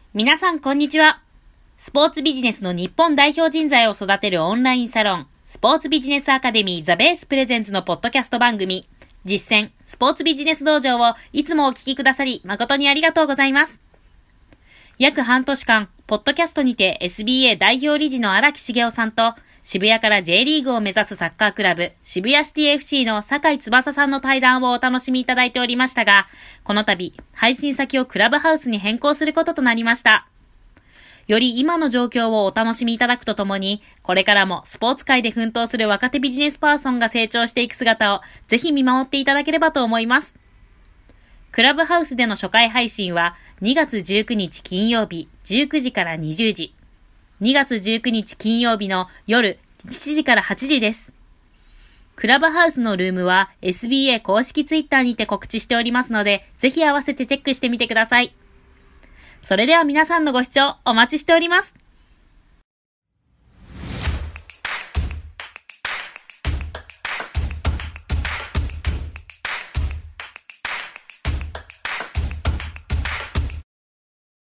皆さんこんにちは。スポーツビジネスの日本代表人材を育てるオンラインサロン、スポーツビジネスアカデミーザベースプレゼンツのポッドキャスト番組、実践スポーツビジネス道場をいつもお聞きくださり誠にありがとうございます。約半年間、ポッドキャストにて SBA 代表理事の荒木茂雄さんと、渋谷から J リーグを目指すサッカークラブ、渋谷シティ FC の酒井翼さんの対談をお楽しみいただいておりましたが、この度、配信先をクラブハウスに変更することとなりました。より今の状況をお楽しみいただくとともに、これからもスポーツ界で奮闘する若手ビジネスパーソンが成長していく姿をぜひ見守っていただければと思います。クラブハウスでの初回配信は2月19日金曜日19時から20時、2月19日金曜日の夜7時から8時です。クラブハウスのルームは SBA 公式ツイッターにて告知しておりますので、ぜひ合わせてチェックしてみてください。それでは皆さんのご視聴お待ちしております。